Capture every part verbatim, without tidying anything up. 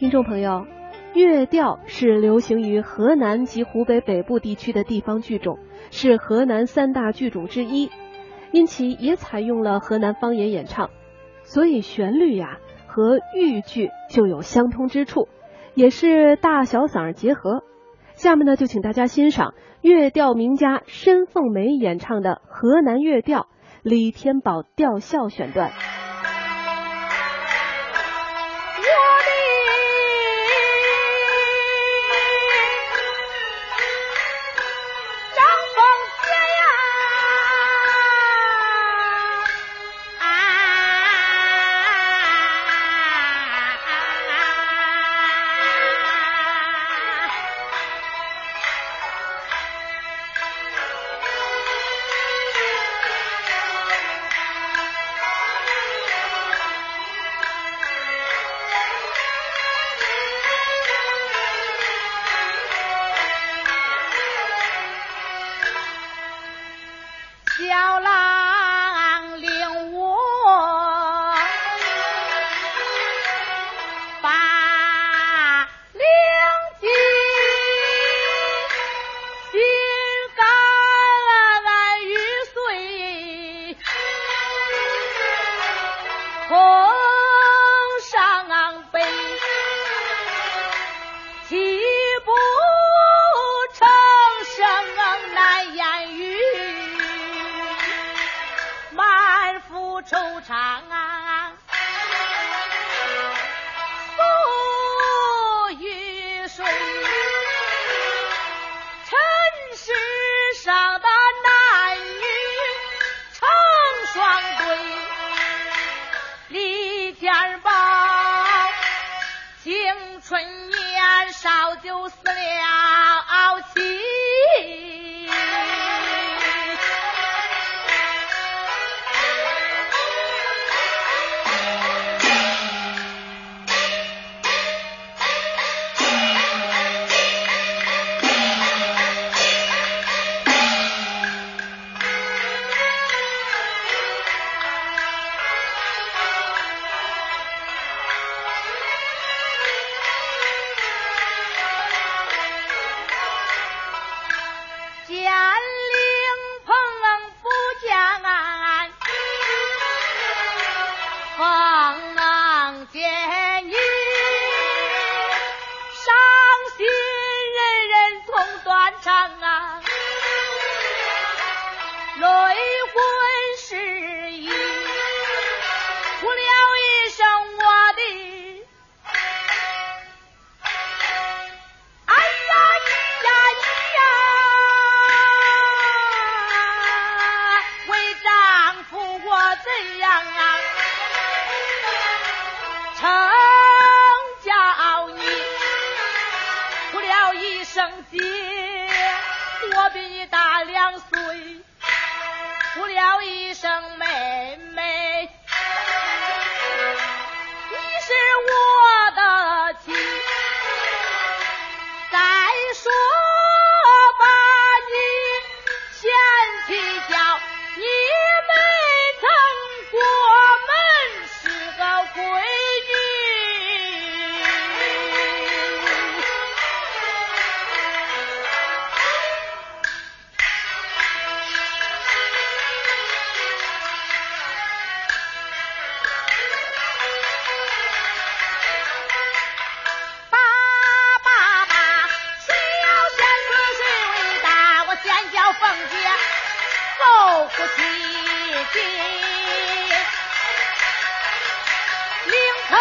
听众朋友，乐调是流行于河南及湖北北部地区的地方剧种，是河南三大剧种之一，因其也采用了河南方言演唱，所以旋律呀和豫剧就有相通之处，也是大小嗓结合。下面呢，就请大家欣赏乐调名家申凤梅演唱的河南乐调李天宝吊孝选段。 小郎领我把灵机心肝俺玉碎碰上杯泣不成声难言语满腹惆怅啊，诉与谁？尘世上的男女成双对，李天宝青春年少就死了妻。剑岭碰不将碰见你，伤心人人同断肠啊，泪魂失意，哭了一声我的怎样啊？成叫你哭了一声姐，我比你大两岁，哭了一声妹妹，你是我的妻。再说吧，你前妻叫你过门是个闺女，爸爸爸，谁要先死谁为大，我先叫凤姐走不起劲。凌晨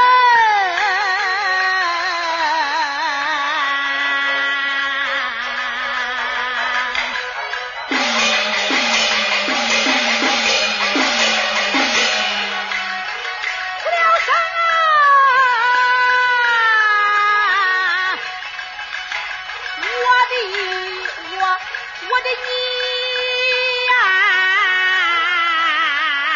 不了声啊，我的我我的你呀、啊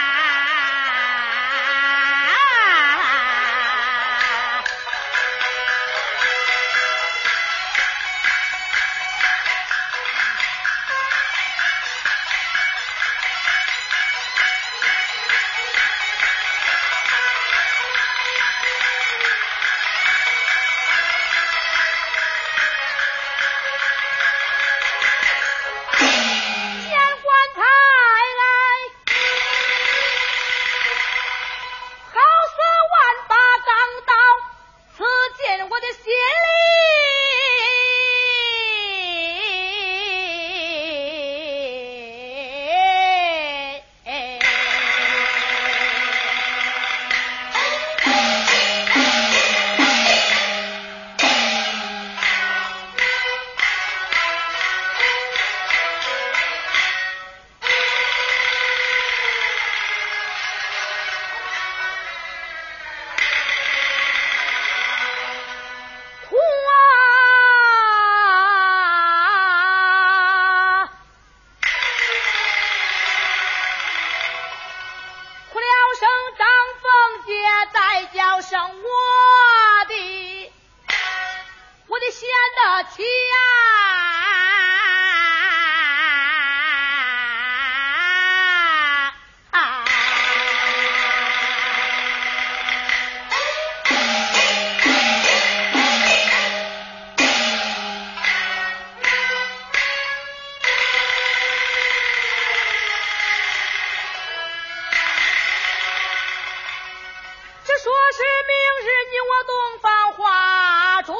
你我东方花烛，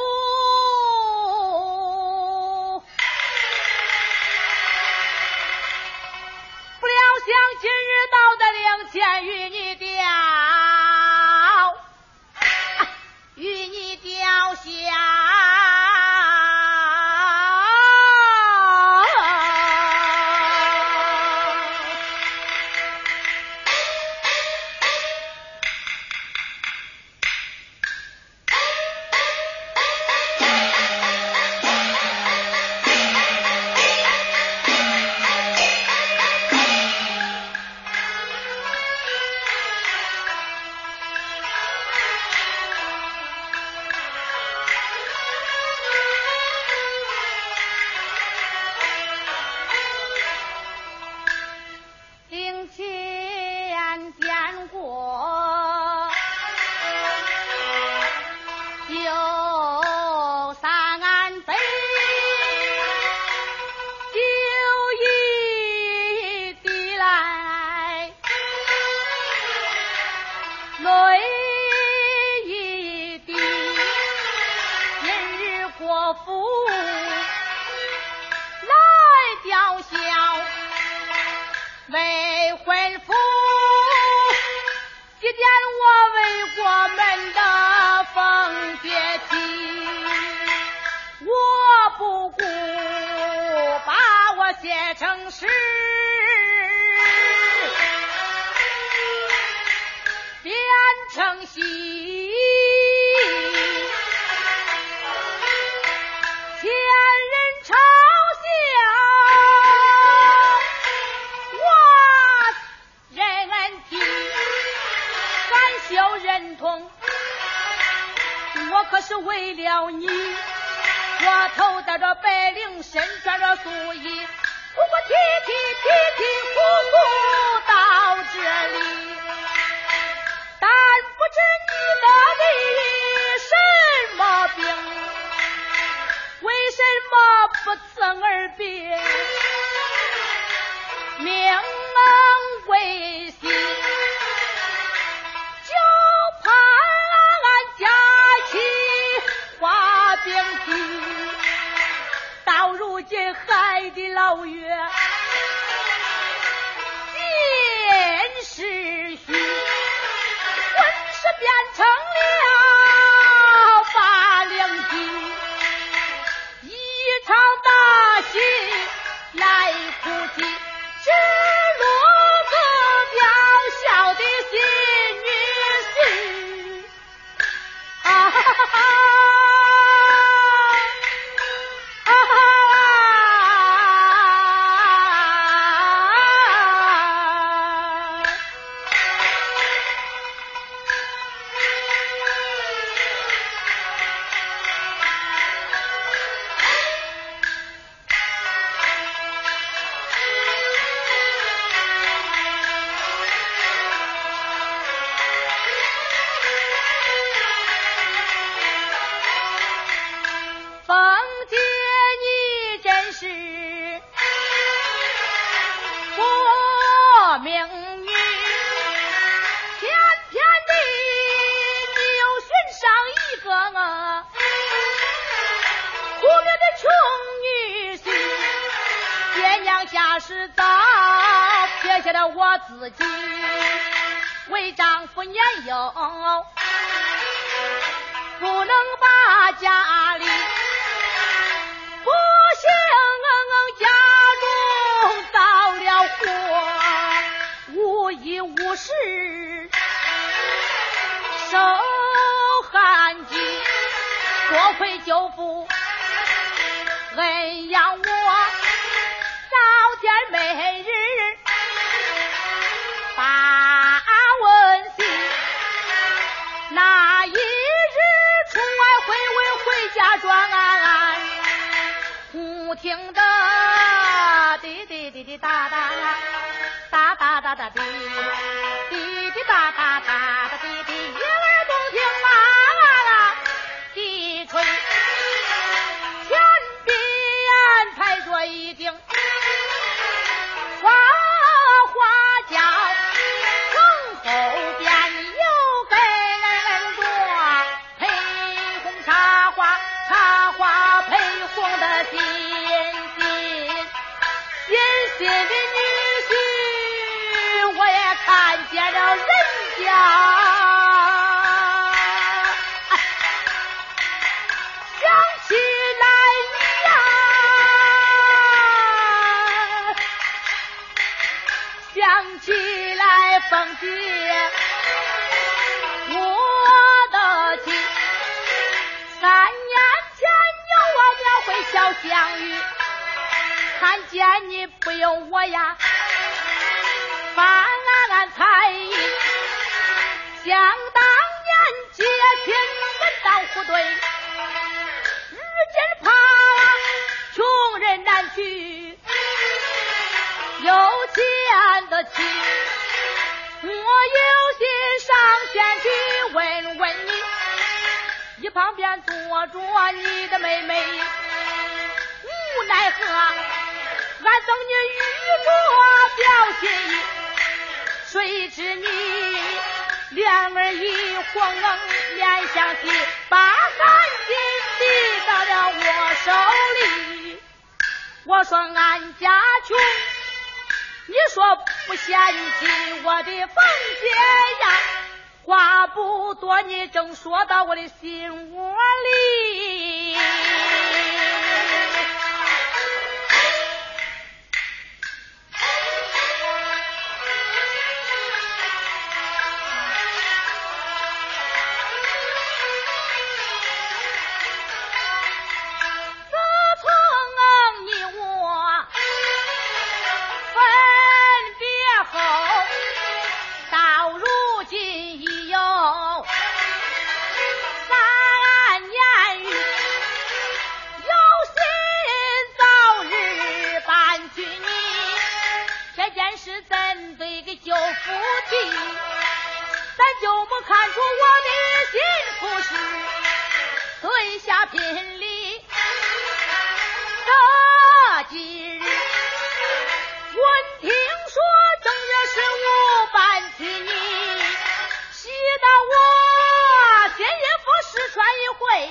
不料想今日到的灵前与你吊，与你吊下。写成诗，变成戏，前人嘲笑我人体，敢笑人痛，我可是为了你，我头戴着白绫，身穿着素衣，哭哭啼啼啼啼哭哭到这里，但不知你的病什么病，为什么不辞而别，命为心，就怕俺家妻花病体，到如今害的老岳见是虚，浑是变成了八灵体，一场大戏来哭泣，是如此渺小的新女婿啊哈哈哈是早撇下了我自己，为丈夫年幼，不能把家里，不幸家中遭了祸，无依无事受寒疾，多亏舅父恩养我，早天每日把问题，那一日出外回回回家转，不停的滴滴滴滴哒哒哒哒哒哒滴滴滴哒哒哒哒滴滴，一耳动听啊地吹，前边排着一顶花花轿，更后边又跟着愿你不用我呀，翻案才艺，想当年结亲门当户对，如今怕穷人难娶，有钱的妻，我有心上前去问问你，一旁边坐着你的妹妹，无奈何俺等你与着表心意，谁知你两儿一晃面相惜，把感情递到了我手里。我说俺家穷，你说不嫌弃我的凤姐呀，话不多，你正说到我的心窝里。咱就不看出我的心腹是对下聘礼，这几日闻听说正月十五办娶你，喜得我新衣服试穿一回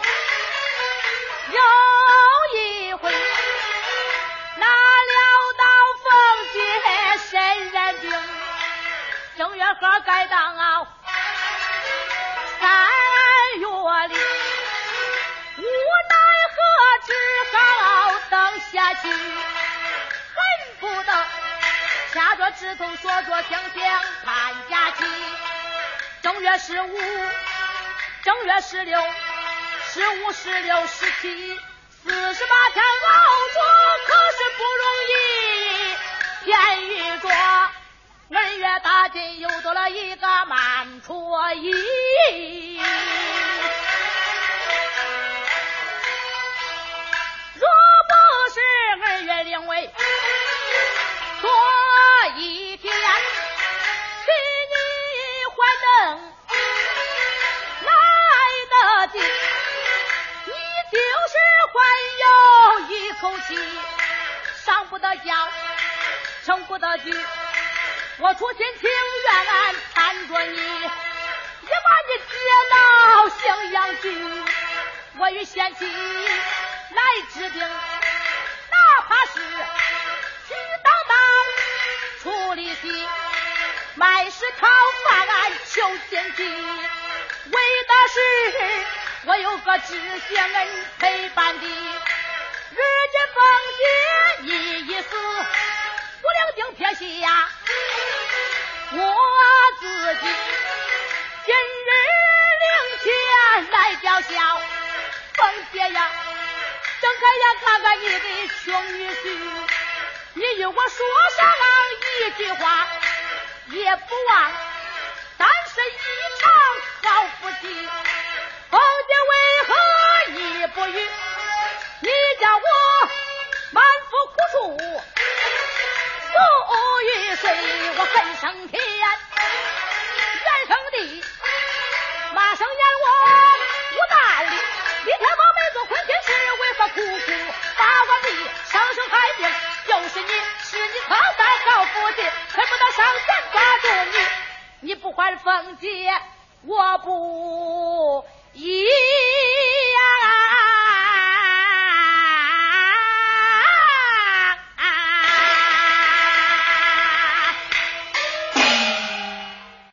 又一回，拿了到凤姐身人病，正月盒该当啊三月里，无奈何只好等下去，恨不得掐着指头说着想想看假期。正月十五正月十六十五十六十七四十八天熬着，可是不容易，天雨着二月大进又多了一个满戳一，若不是二月两位多一天比你还能来得及，你就是还有一口气，上不得轿成不得局，我出心情愿缠着你，也把你接到襄阳去，我与贤妻来治病，哪怕是虚当当处理戏，卖是讨饭俺求贤妻，为的是我有个知县恩陪伴的，如今凤姐一一死，我两经撇下我自己，今日领钱来叫嚣，凤姐呀，睁开眼看看你的穷女婿，你与我说上一句话，也不忘单是一场好夫妻。凤姐为何你不语？你叫我满腹苦楚诉与谁？我恨生天怨生地，骂生言我无道理，李天王没做亏心事，为何苦苦把我的伤生害命？就是你是你靠在高夫妻，恨不得上前抓住你，你不还凤姐我不